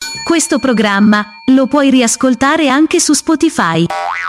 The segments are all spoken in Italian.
Questo programma lo puoi riascoltare anche su Spotify.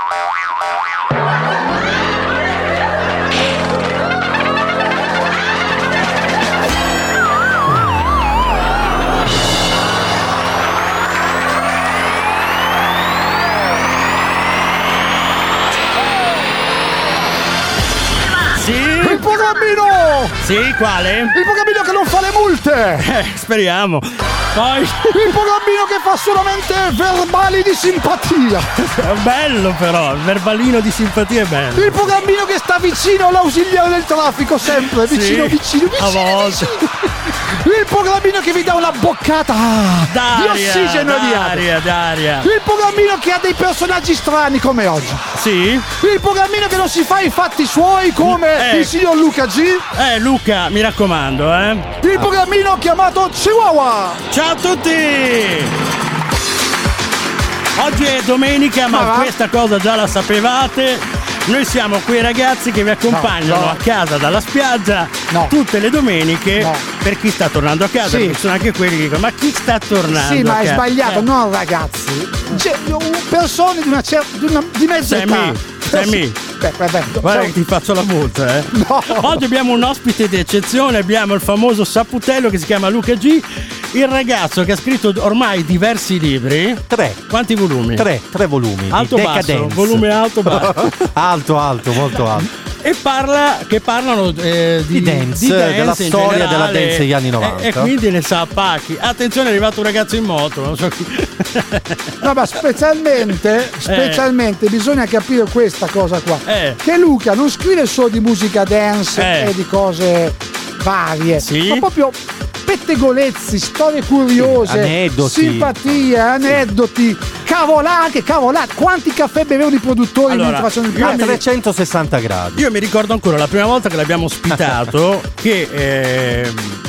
Sì? Il programmino! Sì, quale? Il programmino che non fa le multe! Speriamo. Poi Il programmino che fa solamente verbali di simpatia! è bello però, il verbalino di simpatia è bello. Il programmino che sta vicino all'ausiliare del traffico, sempre vicino, Sì, vicino. a volte. Il programmino che vi dà una boccata di ossigeno e di aria. D'aria. Il programmino che ha dei personaggi strani come oggi. Sì? Il programmino che non si fa i fatti suoi come il signor Luca G. Luca, mi raccomando, Il programmino chiamato Chihuahua. Ciao a tutti! Oggi è domenica, ma questa cosa già la sapevate. Noi siamo quei ragazzi che vi accompagnano a casa dalla spiaggia tutte le domeniche per chi sta tornando a casa. Perché sono anche quelli che dicono: ma chi sta tornando? Sì, ma a è casa? sbagliato, non ragazzi. Persone di una certa di mezza età. Sammy. Guarda che ti faccio la multa, No. Oggi abbiamo un ospite d'eccezione, abbiamo il famoso saputello che si chiama Luca G, il ragazzo che ha scritto ormai diversi libri. 3. Quanti volumi? 3 volumi. Alto di basso, Decadence. volume alto basso. alto, molto alto. E parlano di dance, di dance della in storia generale, della dance degli anni 90. E quindi ne sa pacchi. Attenzione, è arrivato un ragazzo in moto, non so chi. No, ma specialmente bisogna capire questa cosa qua. Che Luca non scrive solo di musica dance e di cose varie, ma proprio pettegolezzi, storie curiose, aneddoti, simpatie, aneddoti, cavolate. Quanti caffè bevevano i produttori mentre facevano il a 360 gradi. Io mi ricordo ancora la prima volta che l'abbiamo ospitato che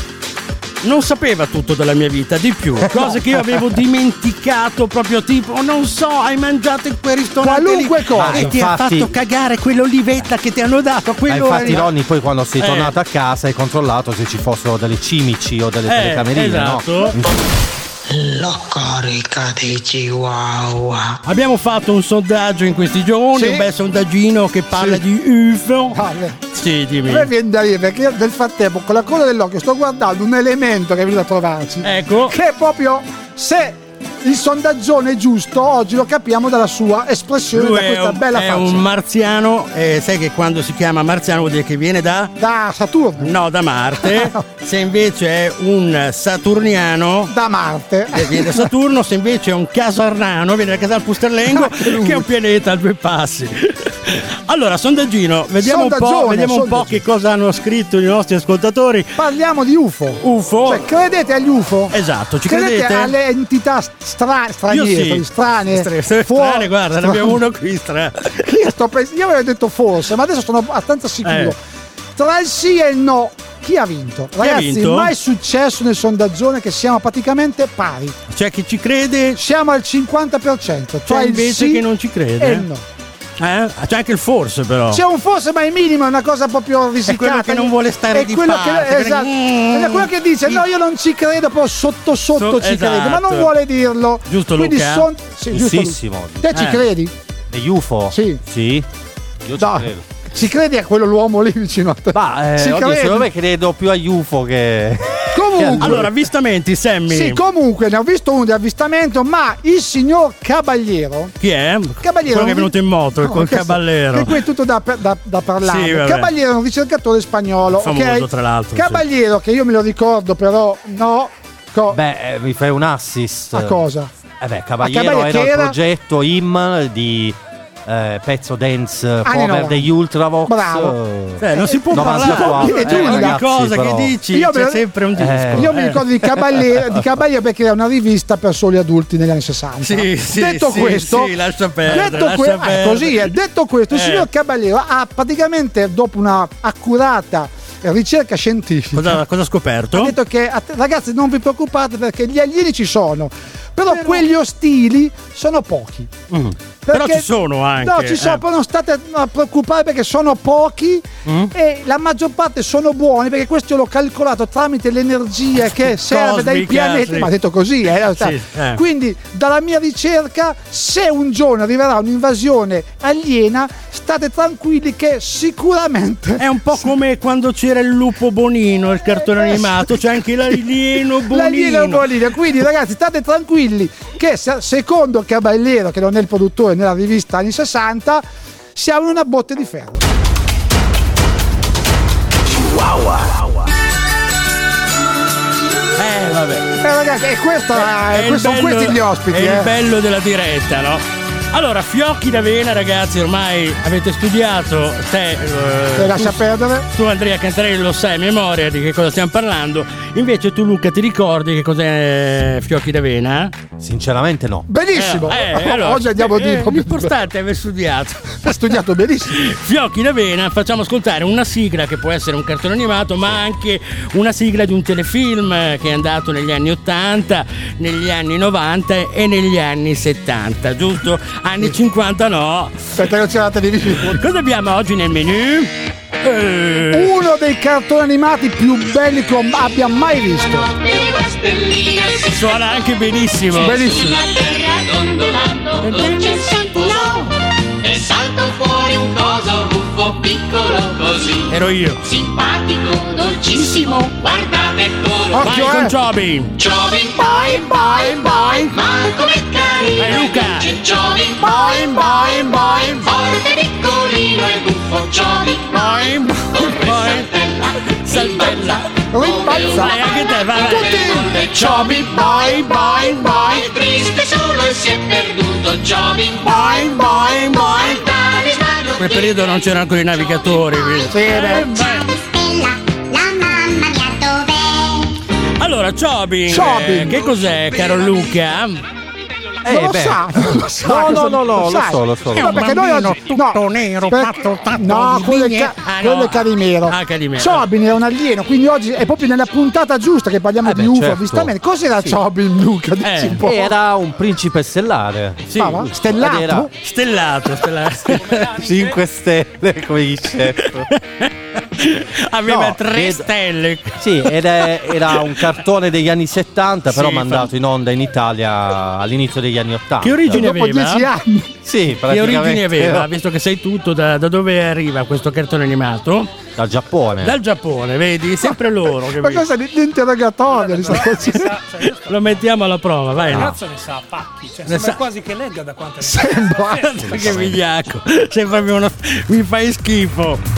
non sapeva tutto della mia vita, di più, cose che io avevo dimenticato, proprio tipo, non so, hai mangiato in quel ristorante qualunque lì, cosa e ti ha fatto cagare quell'olivetta che ti hanno dato, quello infatti Ronny, poi quando sei tornato a casa hai controllato se ci fossero delle cimici o delle telecamerine, esatto. no? La carica di Chihuahua. Abbiamo fatto un sondaggio in questi giorni, un bel sondaggino che parla di UFO. Sì, dimmi. A me viene da dire perché io nel frattempo con la coda dell'occhio sto guardando un elemento che è venuto a trovarci. Ecco. Che è proprio, se il sondaggione è giusto, oggi lo capiamo dalla sua espressione, Lui da questa bella è faccia. un marziano, sai che quando si chiama marziano vuol dire che viene da Saturno. No, da Marte. Se invece è un saturniano, da Marte. Viene da Saturno. Se invece è un casarnano, viene da Casal Pusterlengo, che è un pianeta a 2 passi. Allora, sondaggino, vediamo un po' che cosa hanno scritto i nostri ascoltatori. Parliamo di UFO. Cioè, credete agli UFO? Esatto, ci credete credete? alle entità straniere, strane, guarda, ne abbiamo uno qui strano. Io avevo detto forse, ma adesso sono abbastanza sicuro. Tra il sì e il no, chi ha vinto? Ragazzi, mai successo nel sondaggione che siamo praticamente pari. Cioè, chi ci crede? Siamo al 50%. Cioè invece sì che non ci crede? E il no. C'è anche il forse, però. C'è un forse, ma è minimo, è una cosa proprio risicata. È quello che non vuole stare di parte. Esatto. È quello che dice: no, io non ci credo, però sotto ci credo, ma non vuole dirlo. Giusto, quindi Luca? Giustissimo. Te ci credi? E UFO? Sì. Io ci credo. Ci credi a quello l'uomo lì vicino a te? Secondo me credo più agli UFO che. Comunque, allora, avvistamenti, Sammy. Sì, comunque ne ho visto uno di avvistamento, ma il signor Caballero. Chi è? Caballero, quello che è venuto in moto, col Caballero. E qui è tutto da parlare. Sì, Caballero è un ricercatore spagnolo. Famoso, tra l'altro. Caballero, che io me lo ricordo, però no. Mi fai un assist. A cosa? Caballero era il progetto IM di pezzo dance cover degli Ultravox. Bravo. Non si può parlare di ogni cosa che dici, c'è sempre un disco. Io mi ricordo di Caballero perché era una rivista per soli adulti negli anni 60. Detto questo, lascia perdere. Così è. Detto questo, il signor Caballero ha praticamente, dopo una accurata ricerca scientifica, cosa ha scoperto? Ha detto che ragazzi, non vi preoccupate perché gli alieni ci sono, però quelli ostili sono pochi. Però ci sono anche. No, ci sono, però non state a preoccupare perché sono pochi e la maggior parte sono buoni, perché questo l'ho calcolato tramite l'energia che serve dai pianeti. Ma ha detto così, Quindi dalla mia ricerca, se un giorno arriverà un'invasione aliena, state tranquilli che sicuramente è un po' come quando c'era il lupo Bonino, il cartone animato, c'è anche l'alieno Bonino. Quindi ragazzi, state tranquilli che secondo Caballero, che non è il produttore nella rivista anni 60, siamo in una botte di ferro. Vabbè. Ragazzi, sono questi gli ospiti. È il bello della diretta, no? Allora, fiocchi d'avena, ragazzi, ormai avete studiato. Te lascia perdere. Tu, Andrea Cantarelli, lo sai a memoria di che cosa stiamo parlando. Invece tu, Luca, ti ricordi che cos'è fiocchi d'avena? Sinceramente no. Benissimo. Allora, oggi andiamo l'importante è aver studiato. Ha studiato benissimo. Fiocchi d'avena, facciamo ascoltare una sigla che può essere un cartone animato, ma anche una sigla di un telefilm che è andato negli anni 80, negli anni 90 e negli anni 70, giusto? Anni 50 no. Aspetta, non c'è la televisione. Cosa abbiamo oggi nel menù? Uno dei cartoni animati più belli che abbia mai visto. Suona anche benissimo. Benissimo. E salta fuori un coso buffo piccolo così. Ero io. Simpatico, dolcissimo, guardate collo. Vai con Chobin. Chobin, boing, boing, boing. Ma com'è carino. Luca. Chobin, boing, boing, boing. Forte, piccolino e buffo. Chobin, boing, boing. Saltella. Rimpazza. Vai anche te, vai. Chobin, boing, boing, boing. È triste solo e si è perduto. Chobin, boing, boing, boing. In quel periodo non c'erano ancora i navigatori. Allora, Chobin, che cos'è, caro Luca? Non lo sa. Lo so. No, perché noi oggi tutto nero, fatto quello è Carimero. Chobin è un alieno, quindi oggi è proprio nella puntata giusta che parliamo di UFO, certo. Avvistamenti. Cos'era Chobin, Luca? Dici un po'. Era un principe stellare. Sì. Stellato? Stellato. 5 stelle, come dice. Aveva 3 stelle. Sì, era un cartone degli anni 70, però mandato in onda in Italia all'inizio degli anni 80. Che origine dopo aveva? 10 anni. Sì, che origine aveva? Visto che sei tutto, da dove arriva questo cartone animato? Dal Giappone. Dal Giappone, vedi? Sempre loro. Ma cosa di interrogatorio? Lo mettiamo alla prova, vai. Il ragazzo ne sa a pacchi, sembra quasi che legga da quanto sembra. Che vigliacco. Sei proprio mi fai schifo.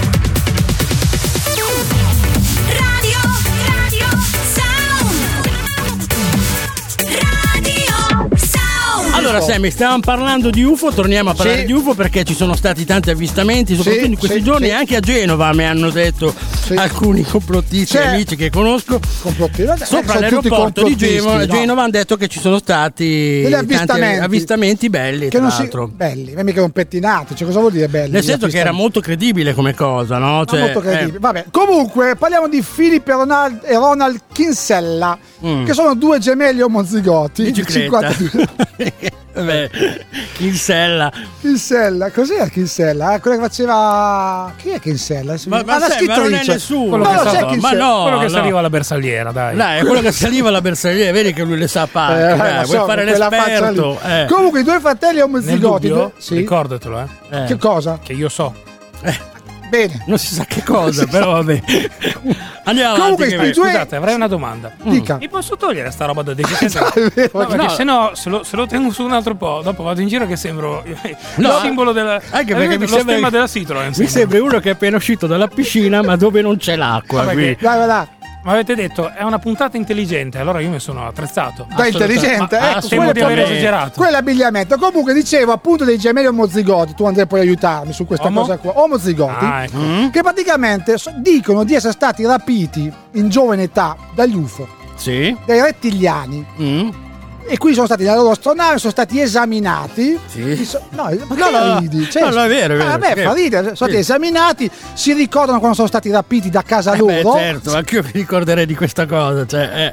Allora Sammy, stavamo parlando di UFO, torniamo a parlare di UFO perché ci sono stati tanti avvistamenti, soprattutto in questi giorni, anche a Genova mi hanno detto alcuni complottisti amici che conosco. Sopra l'aeroporto di Genova hanno detto che ci sono stati degli avvistamenti belli, che tra l'altro. Belli, mica un pettinato, cioè cosa vuol dire belli? Nel senso che era molto credibile come cosa, no? Cioè, molto credibile. Vabbè, comunque parliamo di Philip e Ronald Kinsella, che sono due gemelli omozigoti di 52. Vabbè, Kinsella, cos'era Kinsella? Quella che faceva. Chi è Kinsella? Ma non è nessuno. Quello che saliva alla bersagliera, dai. È quello che saliva alla bersagliera, vedi che lui le sa fare. Vuoi fare l'esperto? Comunque i due fratelli omozigoti. Ricordatelo, Che cosa? Che io so. Bene. Non si sa che cosa, però vabbè. Andiamo comunque avanti. Scusate, avrei una domanda. Dica. Mi posso togliere sta roba da deficiente? Perché se no, se lo tengo su un altro po', dopo vado in giro che sembro il simbolo della. Anche perché mi sembra stemma della Citroen. Mi sembra uno che è appena uscito dalla piscina, ma dove non c'è l'acqua. Dai. Ma avete detto è una puntata intelligente, allora io mi sono attrezzato. Da intelligente? Temo di aver esagerato. Quell'abbigliamento. Comunque dicevo appunto dei gemelli omozigoti. Tu Andrea puoi aiutarmi su questa cosa qua. Omozigoti che praticamente dicono di essere stati rapiti in giovane età dagli UFO. Sì. Dai rettiliani. E qui sono stati la loro astronave, sono stati esaminati. Sì. No, è vero. Vabbè, fa ridere. Sono stati esaminati, si ricordano quando sono stati rapiti da casa loro. Certo, anche io mi ricorderei di questa cosa.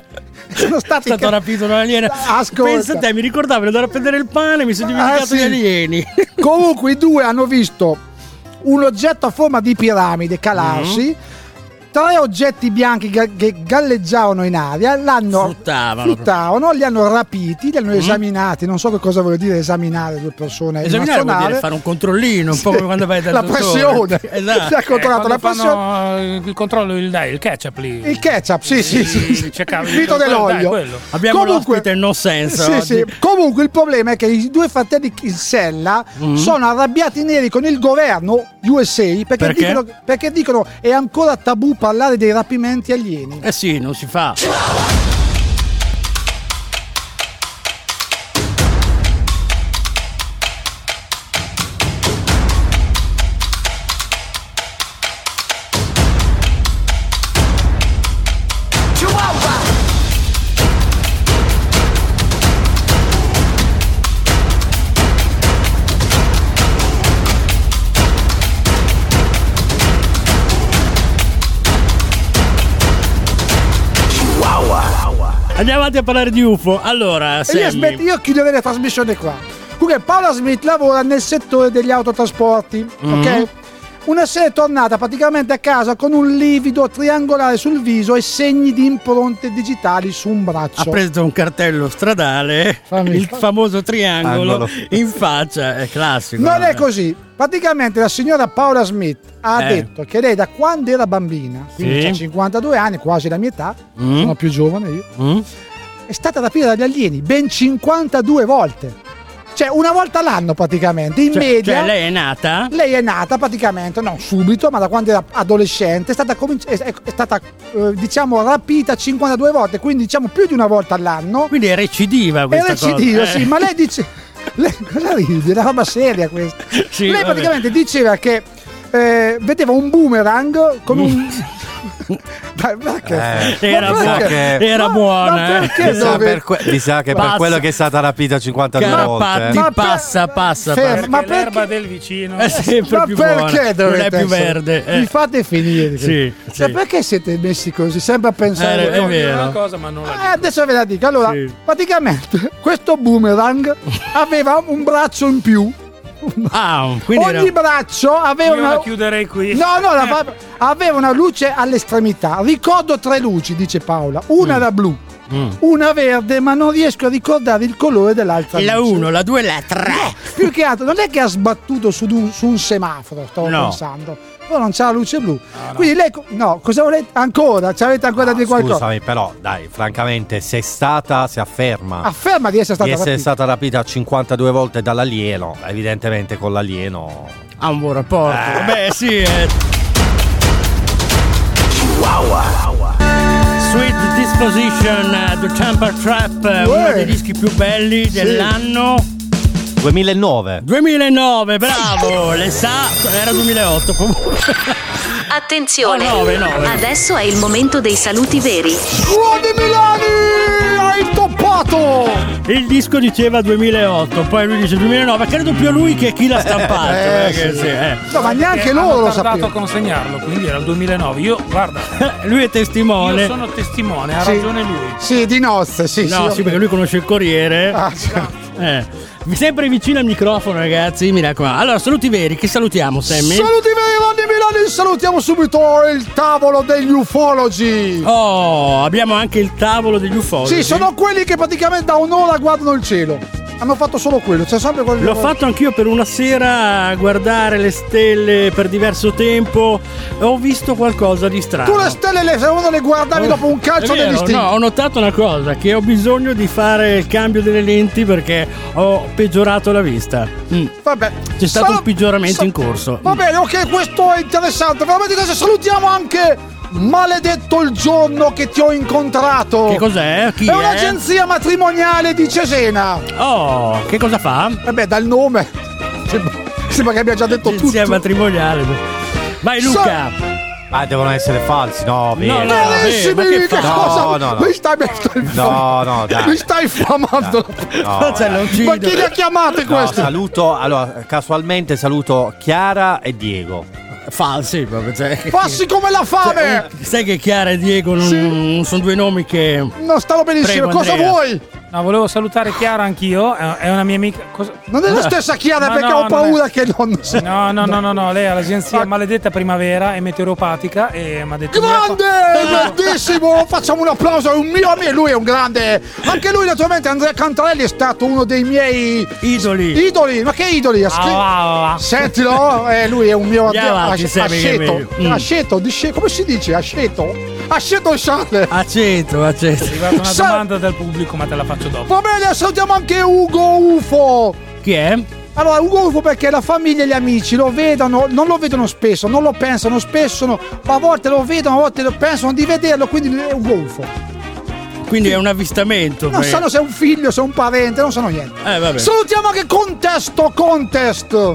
sono stati è stato rapito da un alieno. Ascolta. Pensa a te, mi ricordavo di andare a prendere il pane, mi sono dimenticato gli alieni. Comunque i due hanno visto un oggetto a forma di piramide calarsi. 3 oggetti bianchi che galleggiavano in aria, fruttavano, li hanno rapiti, li hanno esaminati. Non so che cosa vuol dire esaminare 2 persone. Esaminare vuol dire fare un controllino, un po' come quando vai dal la dottore. Pressione. Esatto. Si è controllato la pressione. Il controllo, il ketchup lì. Il ketchup, sì. Il fito dell'olio. Abbiamo l'ospite no senso. Sì. Comunque il problema è che i 2 fratelli in sella sono arrabbiati neri con il governo USA perché dicono è ancora tabù parlare dei rapimenti alieni. Eh sì, non si fa. Andiamo avanti a parlare di UFO. Allora, io chiuderei la trasmissione qua. Comunque Paula Smith lavora nel settore degli autotrasporti, ok? Una sera è tornata praticamente a casa con un livido triangolare sul viso e segni di impronte digitali su un braccio. Ha preso un cartello stradale, il famoso triangolo in faccia, è classico. Non è così. Praticamente la signora Paula Smith ha detto che lei da quando era bambina, quindi ha 52 anni, quasi la mia età, sono più giovane io, è stata rapita dagli alieni ben 52 volte. Cioè una volta all'anno praticamente, in media. Cioè lei è nata? Lei è nata praticamente, non subito, ma da quando era adolescente, è stata diciamo rapita 52 volte, quindi diciamo più di una volta all'anno. Quindi è recidiva questa cosa. È recidiva, sì, ma lei dice... cosa ridi? È una roba seria questa. Sì, lei praticamente diceva che vedeva un boomerang con un... Era buona. Mi sa che per quello che è stata rapita 52 volte. Passa. Ma l'erba del vicino è sempre più buona. Non è più verde. Mi fate finire. Sì. Perché siete messi così? Sempre a pensare è vero. Una cosa, ma non la dico. Adesso ve la dico. Allora, praticamente questo boomerang aveva un braccio in più. Ogni braccio aveva la chiuderei qui. Aveva una luce all'estremità. Ricordo 3 luci, dice Paola. Una era blu, una verde, ma non riesco a ricordare il colore dell'altra luce. La 1, la 2 e la 3. Più che altro non è che ha sbattuto su un semaforo, stavo pensando. Però non c'ha la luce blu. Quindi lei cosa volete ancora? Ci avete ancora da dire qualcosa? Scusami, però dai, francamente, se afferma di essere stata rapita 52 volte dall'alieno, evidentemente con l'alieno ha un buon rapporto. Beh, sì. Sweet Disposition, The Temper Trap, uno dei dischi più belli dell'anno 2009, bravo, le sa, era 2008 comunque. Attenzione, 9. Adesso è il momento dei saluti veri. Suoni Milani, hai toppato! Il disco diceva 2008, poi lui dice 2009, credo più a lui che a chi l'ha stampato. No, ma neanche loro lo sapevano. Ha tardato a consegnarlo, quindi era il 2009. Io, guarda, lui è testimone. Io sono testimone, ha ragione lui. Sì, di nozze, sì, perché lui conosce il Corriere. Sempre vicino al microfono, ragazzi, mi raccomando. Allora, saluti veri, che salutiamo, Sammy? Saluti veri, Vanni Milani, salutiamo subito il tavolo degli ufologi. Abbiamo anche il tavolo degli ufologi. Sì, sono quelli che praticamente da un'ora guardano il cielo. Hanno fatto solo quello, c'è sempre quello. L'ho fatto anch'io per una sera a guardare le stelle per diverso tempo. Ho visto qualcosa di strano. Tu le stelle le guardavi dopo un calcio negli stili. No, ho notato una cosa, che ho bisogno di fare il cambio delle lenti perché ho peggiorato la vista. Vabbè, c'è stato un peggioramento in corso. Va bene, ok, questo è interessante. Veramente adesso salutiamo anche Maledetto il giorno che ti ho incontrato. Che cos'è? Chi è? È un'agenzia matrimoniale di Cesena. Che cosa fa? Dal nome sembra che abbia già detto tutto. Agenzia matrimoniale. Vai Luca. Ma devono essere falsi, no? Verissimi, che cosa? No. Mi stai infamando. Ma chi li ha chiamati questi? Casualmente saluto Chiara e Diego. Falsi proprio, cioè. Falsi come la fame! Sai che Chiara e Diego non sono due nomi che. Non stanno benissimo, Prego, cosa Andrea. vuoi? No, volevo salutare Chiara anch'io, è una mia amica. Non è la stessa Chiara, Ma perché no, ho paura che non. No, lei ha l'agenzia maledetta primavera e meteoropatica e mi ha detto. Grande! Grandissimo! Facciamo un applauso, è un mio amico, lui è un grande. Anche lui, naturalmente, Andrea Cantarelli è stato uno dei miei idoli. Ma che idoli? Sentilo, lui è un mio Asceto. Come si dice? Aceto sale. È arrivata una domanda dal pubblico, ma te la faccio dopo. Va bene, salutiamo anche Ugo Ufo. Chi è? Allora, Ugo Ufo, perché la famiglia e gli amici lo vedono, non lo vedono spesso, non lo pensano spesso, ma a volte lo vedono, a volte lo pensano di vederlo, quindi è Ugo Ufo. Quindi è un avvistamento. Non sanno se è un figlio, se è un parente, non sanno niente. Vabbè. Salutiamo anche Contest.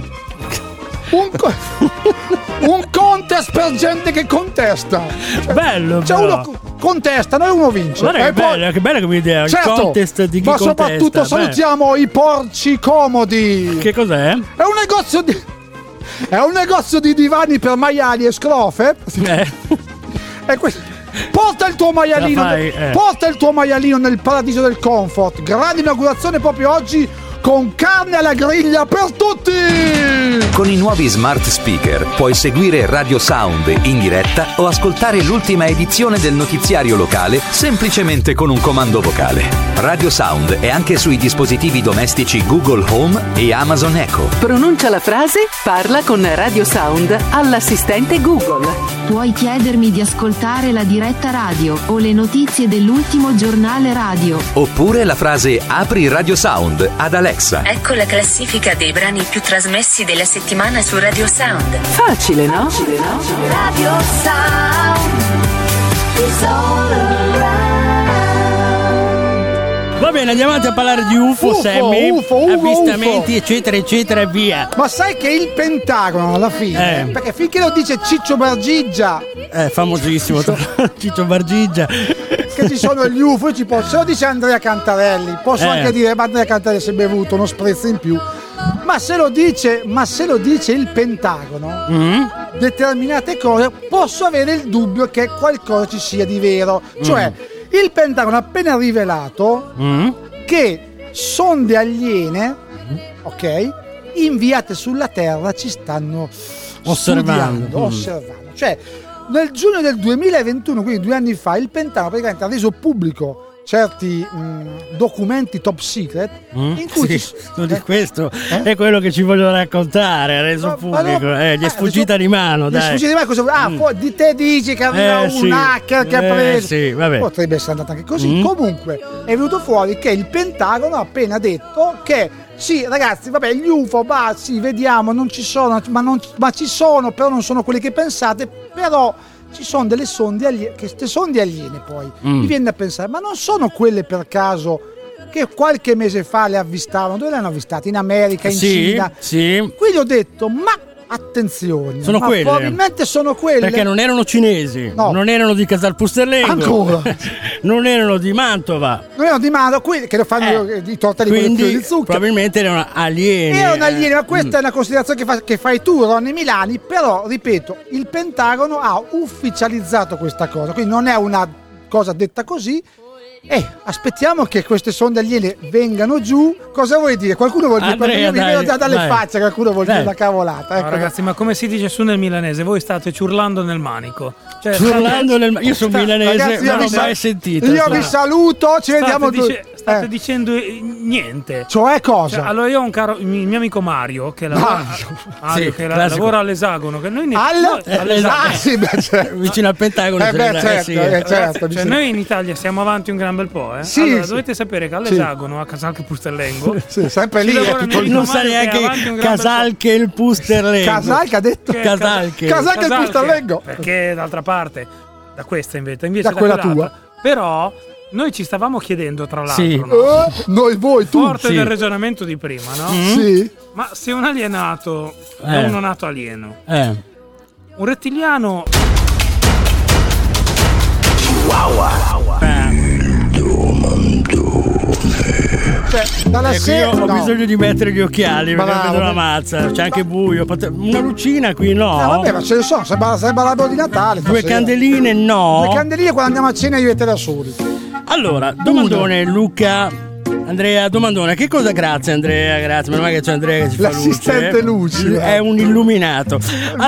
Un contest per gente che contesta. Bello, cioè uno contesta, noi uno vince. Guarda che bella come idea. Certo, il contest di chi ma contesta. soprattutto salutiamo i porci comodi. Che cos'è? È un negozio di divani per maiali e scrofe. E questo. Porta il tuo maialino nel paradiso del comfort. Grande inaugurazione proprio oggi, con carne alla griglia per tutti! Con i nuovi smart speaker puoi seguire Radio Sound in diretta o ascoltare l'ultima edizione del notiziario locale semplicemente con un comando vocale. Radio Sound è anche sui dispositivi domestici Google Home e Amazon Echo. Pronuncia la frase, parla con Radio Sound all'assistente Google. Puoi chiedermi di ascoltare la diretta radio o le notizie dell'ultimo giornale radio. Oppure la frase apri Radio Sound ad Alexa. Ecco la classifica dei brani più trasmessi della settimana su Radio Sound. Facile, no? Radio Sound is all around. Va bene, andiamo avanti a parlare di UFO, Sammy. Avvistamenti, eccetera, eccetera, e via. Ma sai che il Pentagono alla fine, perché finché lo dice Ciccio Bargigia, famosissimo Ciccio Bargigia, che ci sono gli UFO, se lo dice Andrea Cantarelli, posso anche dire ma Andrea Cantarelli si è bevuto uno sprezzo in più, ma se lo dice il Pentagono, determinate cose, posso avere il dubbio che qualcosa ci sia di vero. Cioè il Pentagono ha appena rivelato che sonde aliene, ok, inviate sulla Terra ci stanno osservando. Cioè nel giugno del 2021, quindi 2 anni fa, il Pentagono praticamente ha reso pubblico certi documenti top secret in cui di questo è quello che ci vogliono raccontare, ha reso pubblico, gli è sfuggita di mano, dai. Gli è sfuggita di mano, cosa di te dici che arriva un hacker che ha preso, potrebbe essere andata anche così. Comunque è venuto fuori che il Pentagono ha appena detto che sì, ragazzi, vabbè, gli UFO, sì, vediamo, non ci sono, ma ci sono, però non sono quelli che pensate, però ci sono delle sonde aliene, che queste sonde aliene poi mi viene da pensare, ma non sono quelle per caso che qualche mese fa le avvistavano? Dove le hanno avvistate? In America, in Cina? Sì. Quindi ho detto, ma attenzione, sono quelle. Probabilmente sono quelle. Perché non erano cinesi, non erano di Casal Pusterlengo, ancora non erano di Mantova. Non erano di Mantova, quelli che lo fanno i tortelli con di zucchero. Probabilmente erano alieni. Erano alieni, ma questa è una considerazione che fai tu, Ronny Milani. Però, ripeto, il Pentagono ha ufficializzato questa cosa, quindi non è una cosa detta così. Aspettiamo che queste sonde aliene vengano giù. Cosa vuoi dire? Qualcuno vuol dire? Andrea, mi vedo già dalle facce, qualcuno vuol dire una cavolata. No, ragazzi, ma come si dice su nel milanese? Voi state ciurlando nel manico. Cioè, io sono milanese, ragazzi, non l'ho mai sentito. Io vi saluto, ci vediamo. State dicendo niente. Cioè cosa? Allora io ho il mio amico Mario che lavora, lavora all'Esagono, che noi vicino al Pentagono. Certo. Cioè, noi in Italia siamo avanti un gran bel po'. Sì, allora dovete sapere che all'Esagono, a Casalche Pusterlengo, sempre lì. Non sa neanche Casalche il Pusterlengo. Casalche ha detto Casalche il Pusterlengo. Perché d'altra parte, da questa invece da quella tua. Però noi ci stavamo chiedendo, tra l'altro, voi tutti, forte del ragionamento di prima, no? Sì. Ma se un alienato è uno nato alieno, un rettiliano, Chihuahua, il domandone. Cioè, dalla sera ho bisogno di mettere gli occhiali perché vedo la mazza. C'è anche buio. Una lucina qui no. Vabbè, ma ce ne sono, sembra l'albero di Natale. Due candeline no. Due candeline quando andiamo a cena io e te da soli. Allora, domandone Luca. Andrea, domandone, che cosa? Grazie Andrea, grazie, meno male che c'è Andrea che ci fa luce. L'assistente luce. È un illuminato.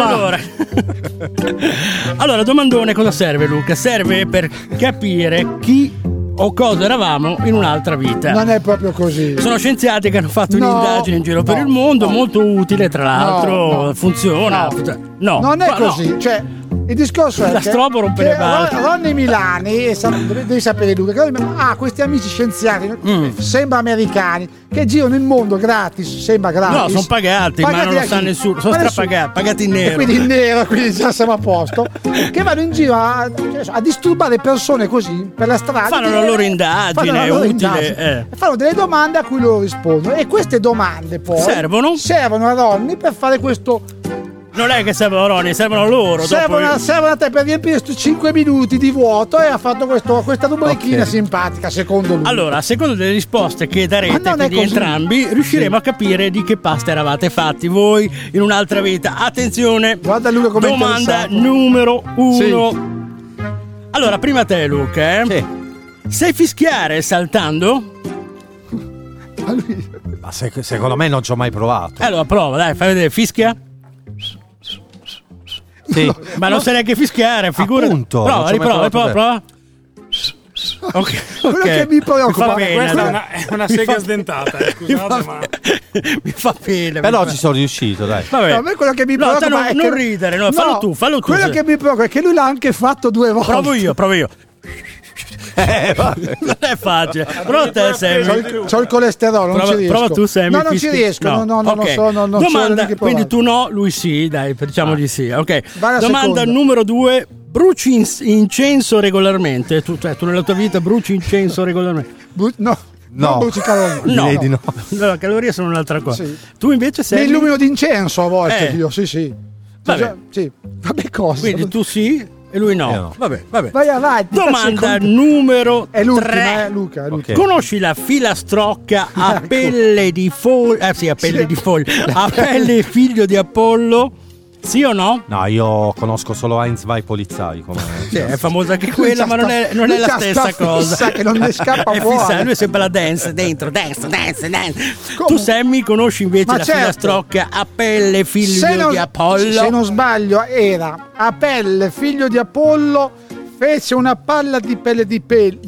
Allora, domandone, cosa serve Luca? Serve per capire chi o cosa eravamo in un'altra vita. Non è proprio così. Sono scienziati che hanno fatto un'indagine in giro per il mondo, molto utile, tra l'altro, funziona. No, non è così, cioè il discorso è che Ronny Milani, devi sapere Luca, che ha questi amici scienziati, sembra americani, che girano il mondo gratis, sembra gratis. No, sono pagati ma non lo sa nessuno, sono strapagati, pagati in nero. E quindi in nero, quindi già siamo a posto. Che vanno in giro a disturbare persone così per la strada. Fanno la loro indagine, è utile. Fanno delle domande a cui loro rispondono. E queste domande poi servono a Ronny per fare questo. Non è che servono a Ronny, servono a loro. Servono a te per riempire questi 5 minuti di vuoto e ha fatto questa rubrichina simpatica, secondo lui. Allora, a seconda delle risposte che darete quindi entrambi, riusciremo a capire di che pasta eravate fatti voi in un'altra vita. Attenzione, guarda Luca come domanda numero 1. Allora, prima te Luca, sai fischiare saltando? Ma secondo me non ci ho mai provato. Allora prova, dai, fai vedere, fischia. Sì. Ma non sai neanche fischiare, figurati. Prova. Quello che mi preoccupa questa è una sega sdentata, scusate, ma mi fa pena. Però ci sono riuscito, dai. Vabbè. A me quello che mi preoccupa non ridere, fallo tu. Quello che mi preoccupa è che lui l'ha anche fatto 2 volte. Provo io. Non è facile. Prova te, Sammy. C'ho il colesterolo, non ci riesco. Prova tu, Sammy. No, non ci riesco. No, non domanda, quindi tu no, lui sì, dai, diciamo di sì. Ok. Domanda numero 2. Bruci incenso regolarmente? Tu nella tua vita bruci incenso regolarmente? No. Non bruci calorie. Direi di no. Le calorie sono un'altra cosa. Sì. Tu invece sei. Mi illumino d'incenso a volte, io, sì. Vabbè. Sì. Vabbè, cosa? Quindi tu sì e lui no. Vabbè. Vai avanti. Domanda numero 3. Luca. Okay. Conosci la filastrocca a pelle di foglia? A pelle figlio di Apollo? Sì o no? No, io conosco solo Heinz Vai Polizei. È famosa anche quella, ma non è la stessa cosa. Che non ne scappa fuori. Lui è sempre la dance dentro. Dance. Tu, Sammy, conosci invece la filastrocca a pelle figlio di Apollo? Se non sbaglio, era a pelle figlio di Apollo. Fece una palla di pelle di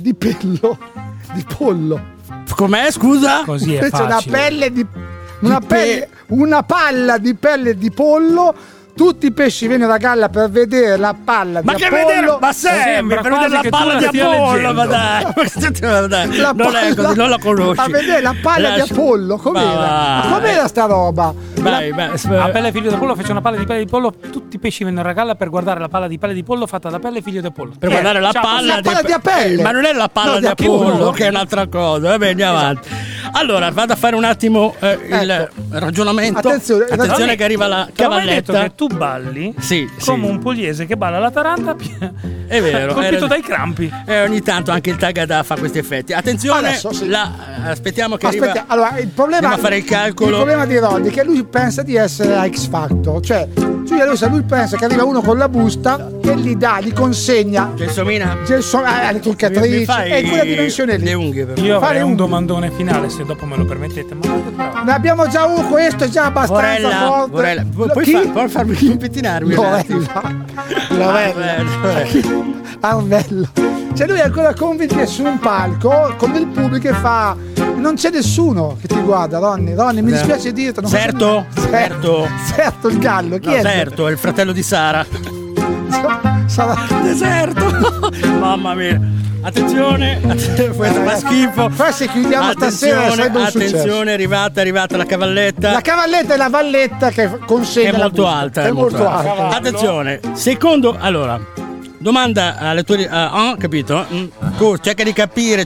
pollo. Com'è, scusa? Così è fece facile. Una palla di pelle di pollo. Tutti i pesci vennero a galla per vedere la palla di Apollo. Ma sempre per vedere la palla di Apollo, ma dai. Non è così, non la conosci. A vedere la palla di Apollo, com'era sta roba? Vai. A pelle figlio di Apollo fece una palla di pelle di pollo. Tutti i pesci vennero a galla per guardare la palla di pelle di pollo fatta da pelle figlio di Apollo. Per guardare la palla di Apollo. Ma non è la palla di Apollo, che è un'altra cosa. Vabbè, andiamo avanti. Allora, vado a fare un attimo il ragionamento. Attenzione che arriva la cavalletta. Tu balli come un pugliese che balla la taranta, è vero, colpito dai crampi. Ogni tanto anche il Tagada fa questi effetti. Attenzione, aspettiamo che arriva. Allora, il problema, a fare il calcolo. Il problema di Ronny è che lui pensa di essere a X Factor, cioè lui pensa che arriva uno con la busta e gli consegna Gelsomina alle truccatrici e quella dimensione lì. Le unghie però. Io farei un domandone finale, se dopo me lo permettete. Ne abbiamo già uno, questo è già abbastanza forte. Vorella. Puoi farmi pettinarmi? Arvello. Cioè lui è ancora convinto che su un palco con il pubblico e fa: non c'è nessuno che ti guarda, Ronny, mi dispiace dirti. Certo, il gallo, chi è? Certo, è il fratello di Sara. Deserto. Mamma mia. Attenzione, questo fa schifo. Poi se chiudiamo stasera sarebbe un successo. Attenzione, è arrivata la cavalletta. La cavalletta è la valletta che consegna. È molto alta. Attenzione, domanda alle tue. Capito? Cerca di capire.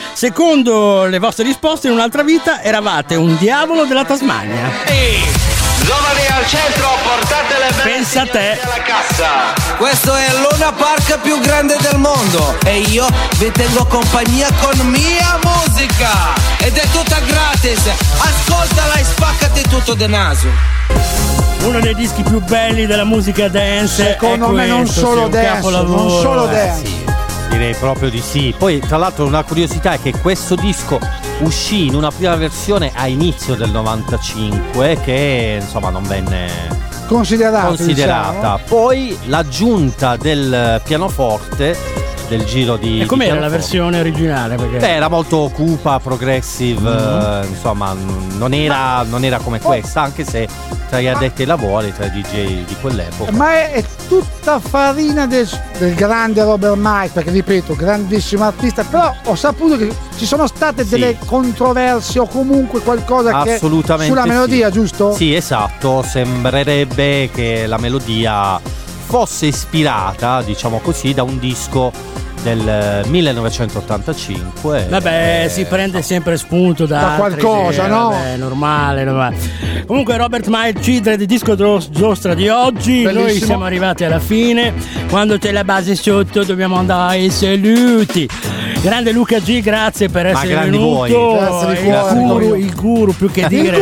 Secondo le vostre risposte, in un'altra vita eravate un diavolo della Tasmania. Giovani al centro, portate le belle. Pensa a te. Alla cassa. Questo è il Luna Park più grande del mondo e io vi tengo compagnia con mia musica ed è tutta gratis. Ascoltala e spaccati tutto de naso. Uno dei dischi più belli della musica dance. Secondo me non solo dance, non solo dance. Sì, direi proprio di sì. Poi tra l'altro una curiosità è che questo disco uscì in una prima versione a inizio del 95 che insomma non venne considerata. Diciamo. Poi l'aggiunta del pianoforte del giro di. E com'era la versione originale? Perché era molto cupa, progressive, insomma non era come questa, anche se tra gli addetti ai lavori, tra i DJ di quell'epoca. Ma è tutta farina del grande Robert Miles, perché ripeto, grandissimo artista, però ho saputo che ci sono state delle controversie o comunque qualcosa che sulla melodia, giusto? Sì, esatto, sembrerebbe che la melodia fosse ispirata, diciamo così, da un disco del 1985. Vabbè, si prende sempre spunto da qualcosa, no? Vabbè, normale. Comunque Robert Miles, Children, disco giostra di oggi. Bellissimo. Noi siamo arrivati alla fine. Quando c'è la base sotto dobbiamo andare ai saluti. Grande Luca G, grazie per essere venuto. Grazie il guru, più che dire.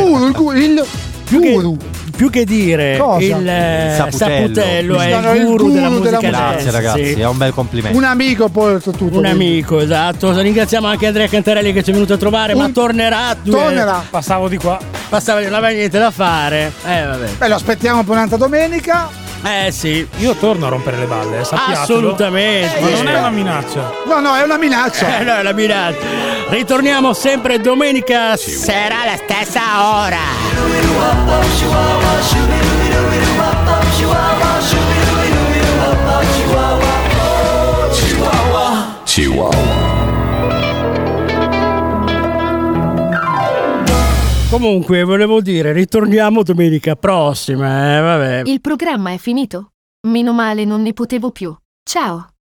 Più che dire il saputello è il guru della musica. Grazie ragazzi, è un bel complimento. Un amico poi tutto. Un amico, esatto. Ringraziamo anche Andrea Cantarelli che ci è venuto a trovare, ma tornerà. Passavo di qua. Non aveva niente da fare. Vabbè. Beh, lo aspettiamo per un'altra domenica. Sì. Io torno a rompere le balle, sappiatelo. Assolutamente. Ma non è una minaccia. No, è una minaccia. No, è una minaccia. Ritorniamo sempre domenica sera alla stessa ora. Comunque volevo dire, ritorniamo domenica prossima, vabbè. Il programma è finito? Meno male, non ne potevo più. Ciao.